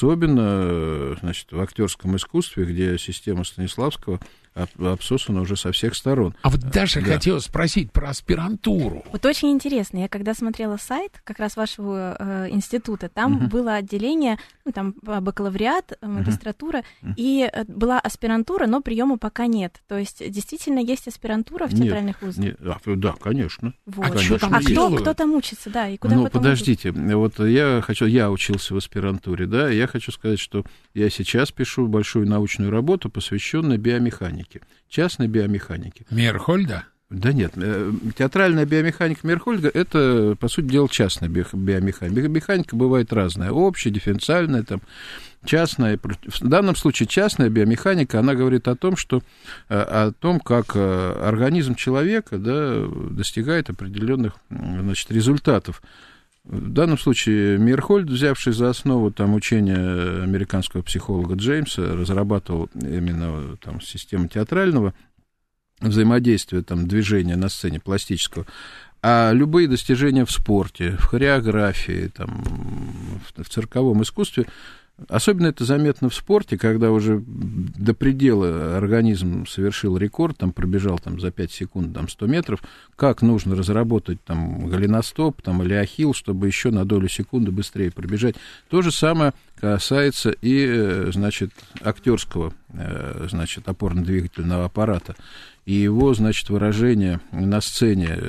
особенно, значит, в актерском искусстве, где система Станиславского обсосана уже со всех сторон. А вот даже да. хотела спросить про аспирантуру. Вот очень интересно. Я когда смотрела сайт как раз вашего э, института, там uh-huh. было отделение, ну, там бакалавриат, магистратура, uh-huh. и была аспирантура, но приема пока нет. То есть действительно есть аспирантура в театральных нет, вузах? Нет, да, конечно. Вот. А, конечно. там а кто, кто там учится, да, и куда ну, потом подождите, идут? Вот я хочу, я учился в аспирантуре, да, и я хочу сказать, что я сейчас пишу большую научную работу, посвященную биомеханике. Частной биомеханики. Мейерхольда? Да нет, театральная биомеханика Мейерхольда – это, по сути дела, частная биомеханика. Биомеханика бывает разная, общая, дифференциальная, там, частная. В данном случае частная биомеханика, она говорит о том, что, о том, как организм человека, да, достигает определенных, значит, результатов. В данном случае Мейерхольд, взявший за основу там, учения американского психолога Джеймса, разрабатывал именно там, систему театрального взаимодействия, там, движения на сцене пластического. А любые достижения в спорте, в хореографии, там, в, в цирковом искусстве, особенно это заметно в спорте, когда уже до предела организм совершил рекорд, там, пробежал там, за пять секунд там, сто метров, как нужно разработать там, голеностоп там, или ахилл, чтобы еще на долю секунды быстрее пробежать. То же самое касается и, значит, актерского, значит, опорно-двигательного аппарата и его, значит, выражение на сцене,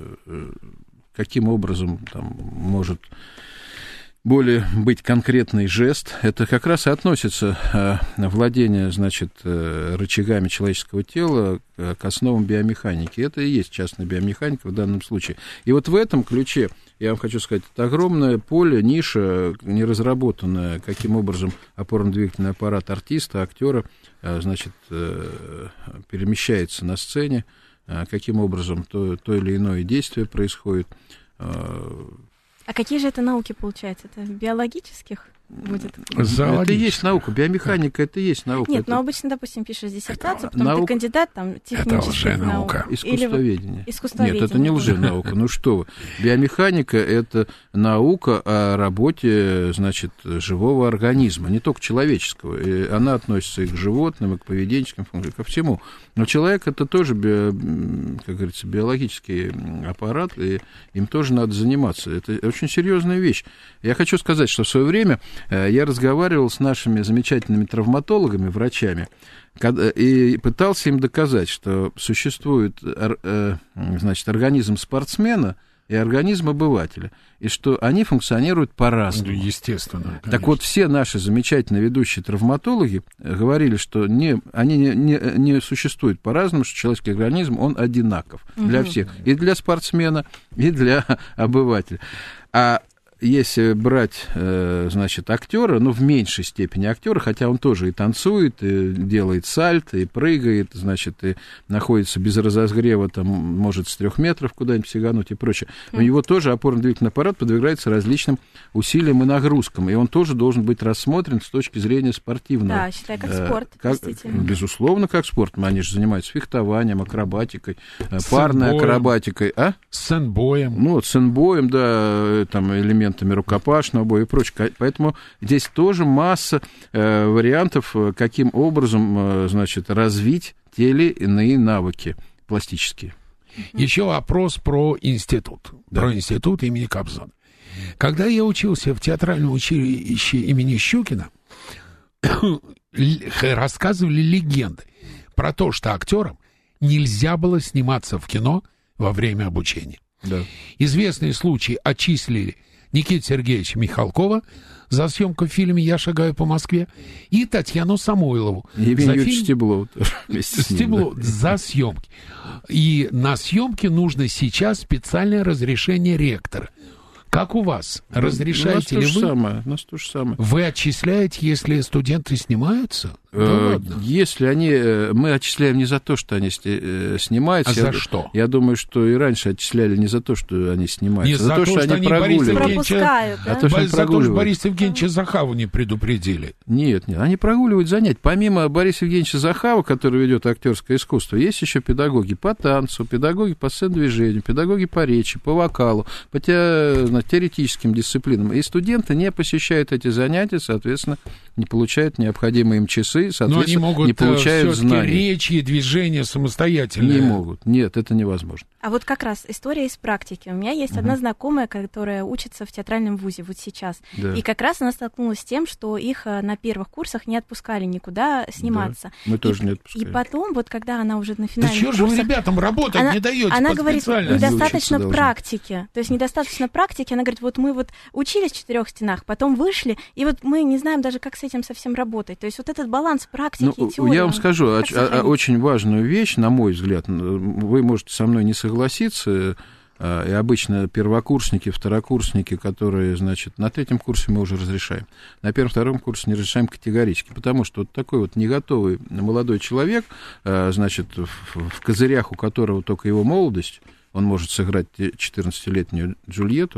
каким образом там, может более быть конкретный жест. Это как раз и относится э, владение, значит, э, рычагами человеческого тела э, к основам биомеханики. Это и есть частная биомеханика в данном случае. И вот в этом ключе, я вам хочу сказать, это огромное поле, ниша, неразработанная, каким образом опорно-двигательный аппарат артиста, актера, э, значит, э, перемещается на сцене, э, каким образом то, то или иное действие происходит. э, А какие же это науки, получается? Это биологических будет? Это и есть наука. Биомеханика — это и есть наука. Нет, это... но обычно, допустим, пишешь диссертацию, потом наука... ты кандидат там, технических наук. Искусствоведение. Искусствоведение. Нет, это не лженаука. Ну что вы. Биомеханика — это наука о работе, значит, живого организма, не только человеческого. И она относится и к животным, и к поведенческим функциям, ко всему. Но человек — это тоже, био... как говорится, биологический аппарат, и им тоже надо заниматься. Это очень серьезная вещь. Я хочу сказать, что в свое время я разговаривал с нашими замечательными травматологами, врачами, и пытался им доказать, что существует, значит, организм спортсмена и организм обывателя, и что они функционируют по-разному. Естественно. Конечно. Так вот, все наши замечательные ведущие травматологи говорили, что не, они не, не, не существуют по-разному, что человеческий организм, он одинаков угу. для всех, и для спортсмена, и для обывателя. А если брать, значит, актера, ну, в меньшей степени актера, хотя он тоже и танцует, и делает сальто, и прыгает, значит, и находится без разогрева, там, может с трех метров куда-нибудь сигануть и прочее. У него тоже опорно-двигательный аппарат подвергается различным усилиям и нагрузкам, и он тоже должен быть рассмотрен с точки зрения спортивного. Да, считай, как спорт, как, действительно. Безусловно, как спорт. Они же занимаются фехтованием, акробатикой, с парной сэнбоем. акробатикой. А? С сэнбоем. Ну, вот, с сэнбоем, да, там, элементами рукопашного боя и прочее. Поэтому здесь тоже масса э, вариантов, каким образом, э, значит, развить те или иные навыки пластические. Еще вопрос про институт. Да. Про институт имени Кобзона. Когда я учился в театральном училище имени Щукина, рассказывали легенды про то, что актерам нельзя было сниматься в кино во время обучения. Да. Известные случаи отчислили Никиту Сергеевича Михалкова за съемку в фильме «Я шагаю по Москве» и Татьяну Самойлову за фильм Стебло, Стебло да. за съемки. И на съемки нужно сейчас специальное разрешение ректора. Как у вас? Разрешаете ли вы? Самое, у нас то же самое. Вы отчисляете, если студенты снимаются? Да если они... Мы отчисляем не за то, что они снимаются. А я, за что? Я думаю, что и раньше отчисляли не за то, что они снимаются, не а за, за то, что, что они прогуливают. Пропускают, да? а то, что за то, что Бориса Евгеньевича Захаву не предупредили. Нет, нет, они прогуливают занятия. Помимо Бориса Евгеньевича Захава, который ведет актерское искусство, есть еще педагоги по танцу, педагоги по сцен-движению, педагоги по речи, по вокалу, по те, теоретическим дисциплинам. И студенты не посещают эти занятия, соответственно, не получают необходимые им часы, соответственно, но они могут не получают знаний. Речи и движения самостоятельно. Не могут. Нет, это невозможно. А вот как раз история из практики. У меня есть uh-huh. одна знакомая, которая учится в театральном вузе вот сейчас. Да. И как раз она столкнулась с тем, что их на первых курсах не отпускали никуда сниматься. Да. Мы тоже и, не отпускали. И потом, вот когда она уже на финальных да курсах... Да что же вы ребятам работать она, не даете Она по говорит, специальности? недостаточно практики. То есть недостаточно практики. Она говорит, вот мы вот учились в четырех стенах, потом вышли, и вот мы не знаем даже, как с этим совсем работать. То есть вот этот баланс практики ну, и теории... Я вам скажу о, о, очень важную вещь, на мой взгляд. Вы можете со мной не согласиться. И обычно первокурсники, второкурсники, которые, значит, на третьем курсе мы уже разрешаем. На первом-втором курсе не разрешаем категорически, потому что вот такой вот не готовый молодой человек, значит, в козырях у которого только его молодость, он может сыграть четырнадцатилетнюю Джульетту,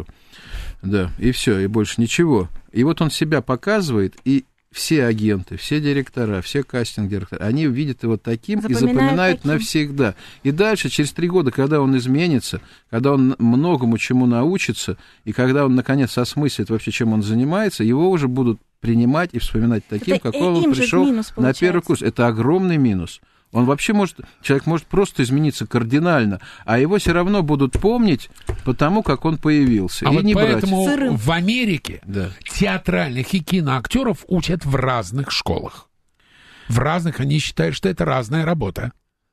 да, и все, и больше ничего. И вот он себя показывает, и все агенты, все директора, все кастинг-директора, они видят его таким запоминают и запоминают таким. Навсегда. И дальше, через три года, когда он изменится, когда он многому чему научится, и когда он, наконец, осмыслит вообще, чем он занимается, его уже будут принимать и вспоминать таким, это какой он пришел на первый курс. Это огромный минус. Он вообще может, человек может просто измениться кардинально, а его все равно будут помнить по тому, как он появился. А и вот не поэтому брать. В Америке да. театральных и киноактеров учат в разных школах. В разных, они считают, что это разная работа.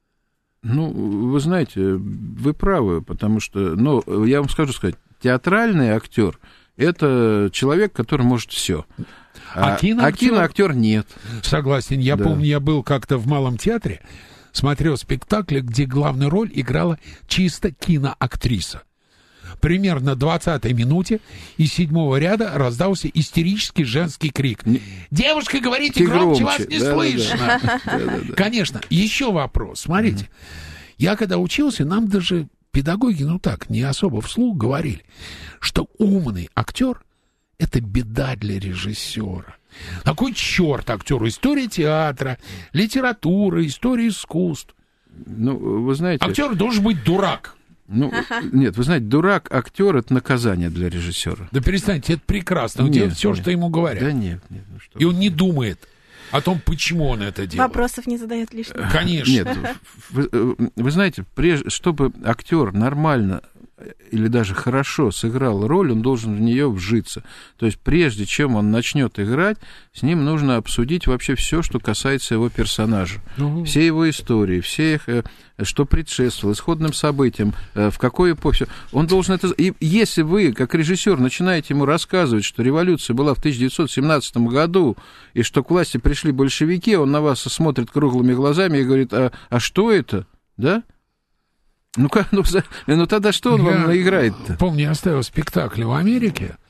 Ну, вы знаете, вы правы, потому что, ну, я вам скажу сказать, театральный актер — это человек, который может все. А, а, киноактер... а киноактер нет. Согласен. Я да. помню, я был как-то в Малом театре, смотрел спектакль, где главную роль играла чисто киноактриса. Примерно на двадцатой минуте из седьмого ряда раздался истерический женский крик. «Девушка, говорите громче, громче, вас не да, слышно!» да, да. Конечно. Еще вопрос. Смотрите, mm-hmm. я когда учился, нам даже педагоги, ну так, не особо вслух говорили, что умный актер — это беда для режиссера. На кой черт актеру? История театра, литература, история искусств. Ну, вы знаете... Актер должен быть дурак. Ну, нет, вы знаете, дурак, актер — это наказание для режиссера. Да перестаньте, это прекрасно. Он нет, делает все, нет. что ему говорят. Да нет, нет. Ну, что И он не думает о том, почему он это делает. Вопросов не задает лишних. Конечно. Нет, вы, вы знаете, прежде, чтобы актер нормально или даже хорошо сыграл роль, он должен в нее вжиться. То есть прежде чем он начнет играть, с ним нужно обсудить вообще все, что касается его персонажа. Угу. Все его истории, все их, что предшествовало, исходным событиям, в какой эпохе. Он должен это... И если вы, как режиссер, начинаете ему рассказывать, что революция была в тысяча девятьсот семнадцатом году, и что к власти пришли большевики, он на вас смотрит круглыми глазами и говорит, а, а что это? Да? Ну, как, ну, ну тогда что он я вам наиграет-то? Помню, я оставил спектакль в Америке,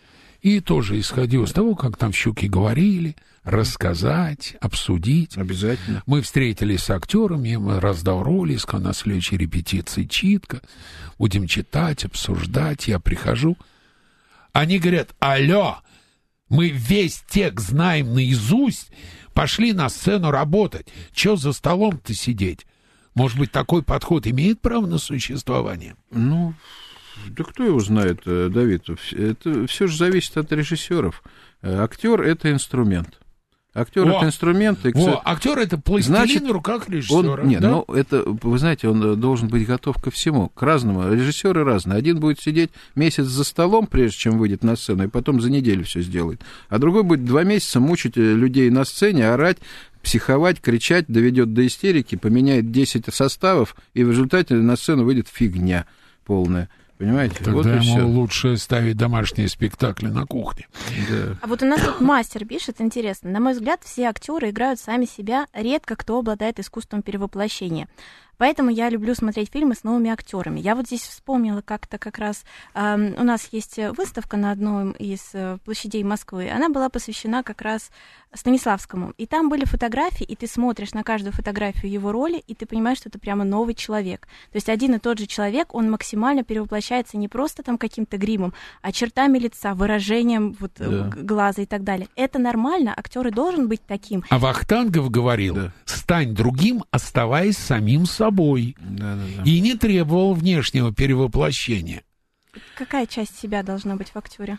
И тоже исходил из того, как там щуки говорили, рассказать, обсудить. Обязательно. Мы встретились с актерами, я раздал роли, сказал, на следующей репетиции читка, будем читать, обсуждать. Я прихожу, они говорят, алло, мы весь текст знаем наизусть, пошли на сцену работать. Чё за столом-то сидеть? Может быть, такой подход имеет право на существование? Ну... Да кто его знает, Давид? Это все же зависит от режиссеров. Актер — это инструмент. Актер — это инструмент. И, Во, актер — это пластилин значит, в руках режиссера. Он, нет, да? но это, вы знаете, он должен быть готов ко всему, к разному. Режиссеры разные. Один будет сидеть месяц за столом, прежде чем выйдет на сцену, и потом за неделю все сделает. А другой будет два месяца мучить людей на сцене, орать, психовать, кричать, доведет до истерики, поменяет десять составов, и в результате на сцену выйдет фигня полная. Понимаете? Тогда вот ему все. лучше ставить домашние спектакли на кухне. Да. А вот у нас тут мастер пишет, интересно. На мой взгляд, все актеры играют сами себя, редко кто обладает искусством перевоплощения. Поэтому я люблю смотреть фильмы с новыми актерами. Я вот здесь вспомнила как-то как раз... Э, у нас есть выставка на одной из э, площадей Москвы. Она была посвящена как раз Станиславскому. И там были фотографии, и ты смотришь на каждую фотографию его роли, и ты понимаешь, что это прямо новый человек. То есть один и тот же человек, он максимально перевоплощается не просто там каким-то гримом, а чертами лица, выражением вот, да. глаза и так далее. Это нормально, актер и должен быть таким. А Вахтангов говорил, да. стань другим, оставаясь самим собой. собой да, да, да. и не требовал внешнего перевоплощения. Какая часть себя должна быть в актере?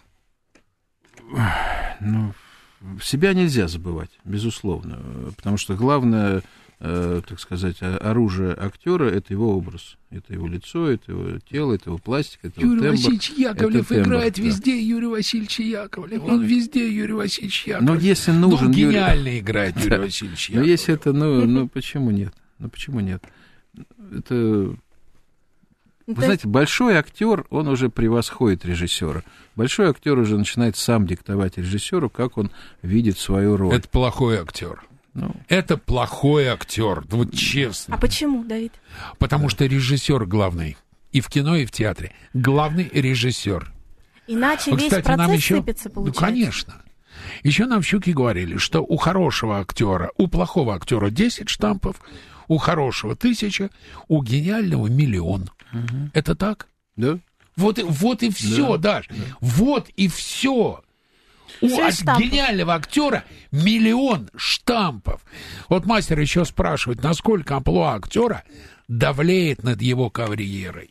Ну, себя нельзя забывать, безусловно, потому что главное, э, так сказать, оружие актера — это его образ, это его лицо, это его тело, это его пластика, это Юрий его тембр. Васильевич Яковлев тембр, играет да. везде Юрий Васильевич Яковлев. Он везде Юрий Васильевич Яковлев. Но если нужен ну, гениально Юрий... играет Юрий Васильевич Яковлев. Но если это, ну, ну почему нет? Ну почему нет? Это, вы ну, знаете, есть... большой актер, он уже превосходит режиссера. Большой актер уже начинает сам диктовать режиссеру, как он видит свою роль. Это плохой актер. Ну. Это плохой актер, вот честно. А почему, Давид? Потому что режиссер главный. И в кино, и в театре. Главный режиссер. Иначе ну, весь кстати, процесс нам еще... сыпется, получается. Ну, конечно. Еще нам щуки говорили, что у хорошего актера, у плохого актера десять штампов, у хорошего тысяча, у гениального миллион. Угу. Это так? Да. Вот, вот и все, да. Даш. Да. Вот и все. У гениального актера миллион штампов. Вот мастер еще спрашивает, насколько амплуа актера давлеет над его карьерой.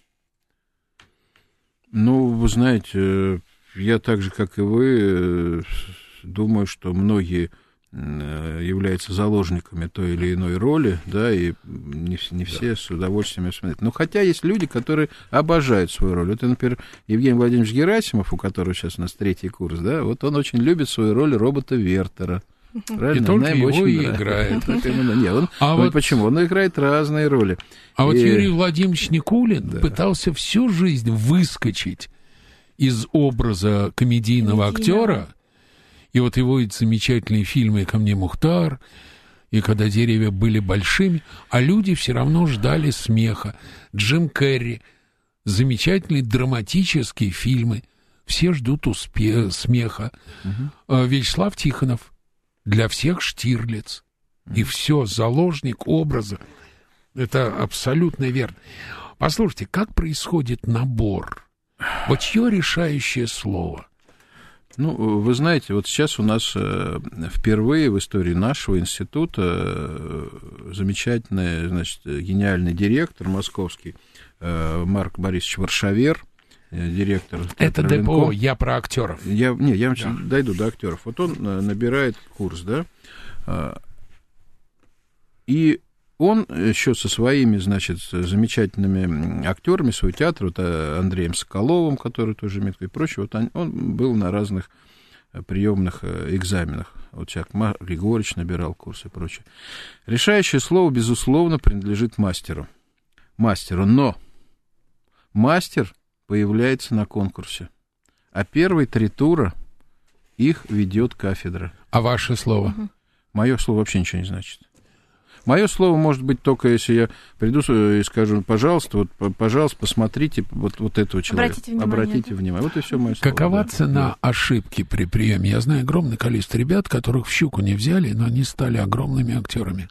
Ну, вы знаете, я так же, как и вы, думаю, что многие являются заложниками той или иной роли, да, и не, не все да. с удовольствием ее смотрят. Но хотя есть люди, которые обожают свою роль. Это, например, Евгений Владимирович Герасимов, у которого сейчас у нас третий курс, да, вот он очень любит свою роль робота Вертера. Правильно? И только Она его очень и нравится. играет. Нет, он, а он, вот... почему? Он играет разные роли. А и... вот Юрий Владимирович Никулин да. пытался всю жизнь выскочить из образа комедийного актера. И вот его эти замечательные фильмы «Ко мне Мухтар», и «Когда деревья были большими», а люди все равно ждали смеха. Джим Керри, замечательные драматические фильмы, все ждут успе- смеха. Угу. Вячеслав Тихонов, для всех Штирлиц. Угу. И все, заложник образа. Это абсолютно верно. Послушайте, как происходит набор? Вот чье решающее слово? Ну, вы знаете, вот сейчас у нас э, впервые в истории нашего института э, замечательный, значит, гениальный директор московский э, Марк Борисович Варшавер, э, директор... Это ДПО, я про актеров. Я, не, я да. дойду до актеров. Вот он набирает курс, да, э, и он еще со своими, значит, замечательными актерами своего театра, вот Андреем Соколовым, который тоже имеет и прочее, вот он, он был на разных приемных экзаменах. Вот сейчас Марк Григорьевич набирал курсы и прочее. Решающее слово, безусловно, принадлежит мастеру. Мастеру, но мастер появляется на конкурсе, а первые три тура их ведет кафедра. А ваше слово? Мое слово вообще ничего не значит. Мое слово может быть только, если я приду и скажу, пожалуйста, вот, пожалуйста, посмотрите вот, вот этого человека. Обратите внимание. Обратите внимание. Вот и все мое слово. Какова да. цена да. ошибки при приеме? Я знаю огромное количество ребят, которых в «Щуку» не взяли, но они стали огромными актерами.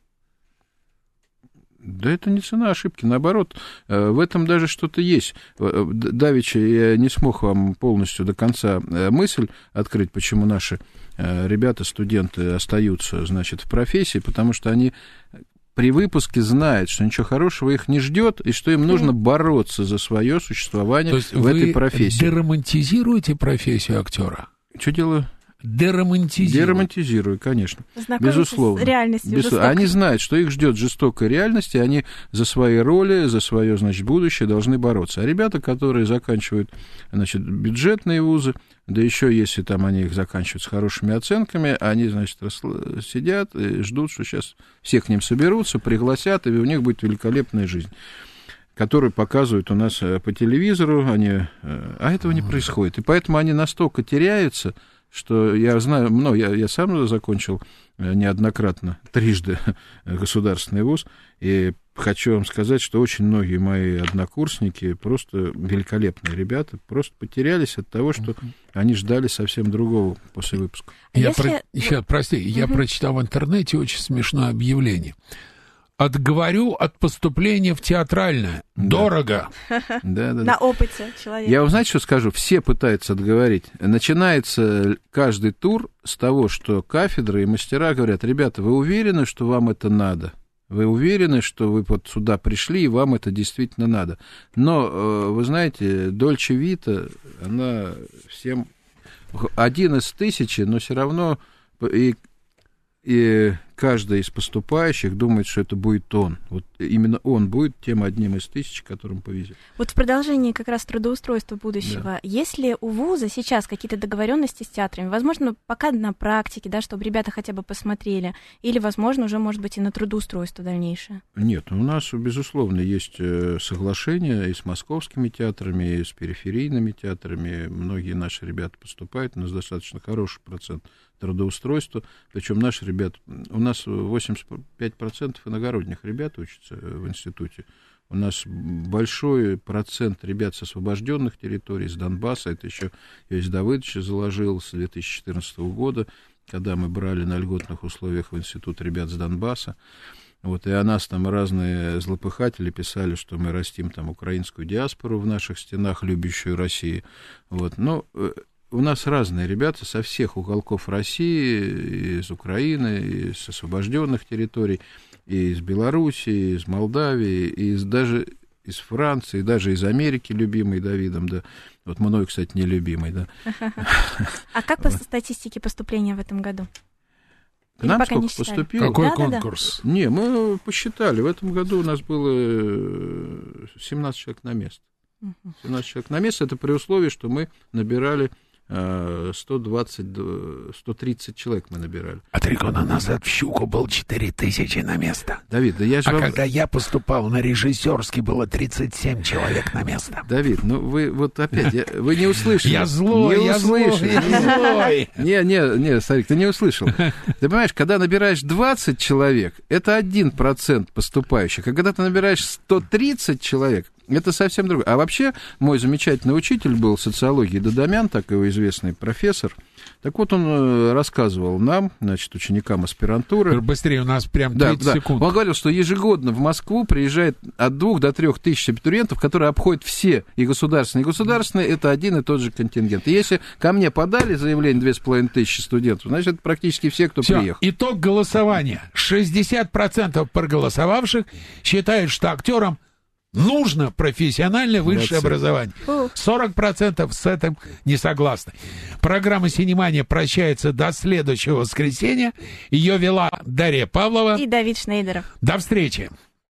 Да это не цена ошибки, наоборот, в этом даже что-то есть. Давеча я не смог вам полностью до конца мысль открыть, почему наши ребята, студенты остаются, значит, в профессии, потому что они при выпуске знают, что ничего хорошего их не ждет, и что им нужно бороться за свое существование То есть в этой профессии. Вы деромантизируете профессию актера? Что делаю? Деромантизирую. Деромантизирую, конечно. Знакомиться Безусловно. с реальностью. Безусловно. Они знают, что их ждет жестокая реальность, и они за свои роли, за свое, значит, будущее должны бороться. А ребята, которые заканчивают, значит, бюджетные вузы, да еще если там они их заканчивают с хорошими оценками, они, значит, сидят и ждут, что сейчас все к ним соберутся, пригласят, и у них будет великолепная жизнь, которую показывают у нас по телевизору, они... а этого не происходит. И поэтому они настолько теряются, что я знаю, ну, я, я сам закончил неоднократно, трижды государственный вуз, и хочу вам сказать, что очень многие мои однокурсники, просто великолепные ребята, просто потерялись от того, что они ждали совсем другого после выпуска. Я Если... про... Еще, прости, угу. я прочитал в интернете очень смешное объявление. Отговорю от поступления в театральное. Да. Дорого. Да, да, На да. опыте человека. Я вам, знаете, что скажу? Все пытаются отговорить. Начинается каждый тур с того, что кафедры и мастера говорят: ребята, вы уверены, что вам это надо? Вы уверены, что вы вот сюда пришли, и вам это действительно надо? Но, вы знаете, Дольче Вита, она всем один из тысячи, но все равно... И, и каждый из поступающих думает, что это будет он. Вот именно он будет тем одним из тысяч, которым повезет. Вот в продолжении как раз трудоустройства будущего, да. Есть ли у вуза сейчас какие-то договоренности с театрами? Возможно, пока на практике, да, чтобы ребята хотя бы посмотрели, или, возможно, уже, может быть, и на трудоустройство дальнейшее? Нет, у нас, безусловно, есть соглашения и с московскими театрами, и с периферийными театрами. Многие наши ребята поступают, у нас достаточно хороший процент трудоустройства, причем наши ребята, у нас восемьдесят пять процентов иногородних ребят учатся в институте, у нас большой процент ребят с освобожденных территорий, с Донбасса, это еще Иосиф Давыдович заложил с две тысячи четырнадцатого года, когда мы брали на льготных условиях в институт ребят с Донбасса. Вот, и о нас там разные злопыхатели писали, что мы растим там украинскую диаспору в наших стенах, любящую Россию. Вот, но у нас разные ребята со всех уголков России, из Украины, из освобожденных территорий, и из Белоруссии, из Молдавии, и из, даже из Франции, и даже из Америки, любимый Давидом, да. Вот мной, кстати, нелюбимый, да. А как по статистике поступления в этом году? К нам сколько поступило? Какой да, конкурс? Да, да. Не, мы посчитали. В этом году у нас было семнадцать человек на место. семнадцать человек на место. Это при условии, что мы набирали сто двадцать, сто тридцать человек мы набирали. А три года назад в «Щуку» был четыре тысячи на место. Давид, да я же А вам... когда я поступал на режиссерский, было тридцать семь человек на место. Давид, ну вы вот опять, я, вы не услышали. Я злой, не я услышали. злой, я злой. Не, не, не, Старик, ты не услышал. Ты понимаешь, когда набираешь двадцать человек, это один процент поступающих, а когда ты набираешь сто тридцать человек, это совсем другое. А вообще, мой замечательный учитель был социологии Додомян, так его известный профессор. Так вот, он рассказывал нам, значит, ученикам аспирантуры. Быстрее, у нас прям тридцать да, секунд. Да. Он говорил, что ежегодно в Москву приезжает от двух до трех тысяч абитуриентов, которые обходят все, и государственные, и государственные, это один и тот же контингент. И если ко мне подали заявление две с половиной тысячи студентов, значит, это практически все, кто Всё, приехал. Итог голосования. шестьдесят процентов проголосовавших считают, что актерам нужно профессиональное высшее Молодцы. образование. сорок процентов с этим не согласны. Программа «Синемания» прощается до следующего воскресенья. Ее вела Дарья Павлова. И Давид Шнейдеров. До встречи.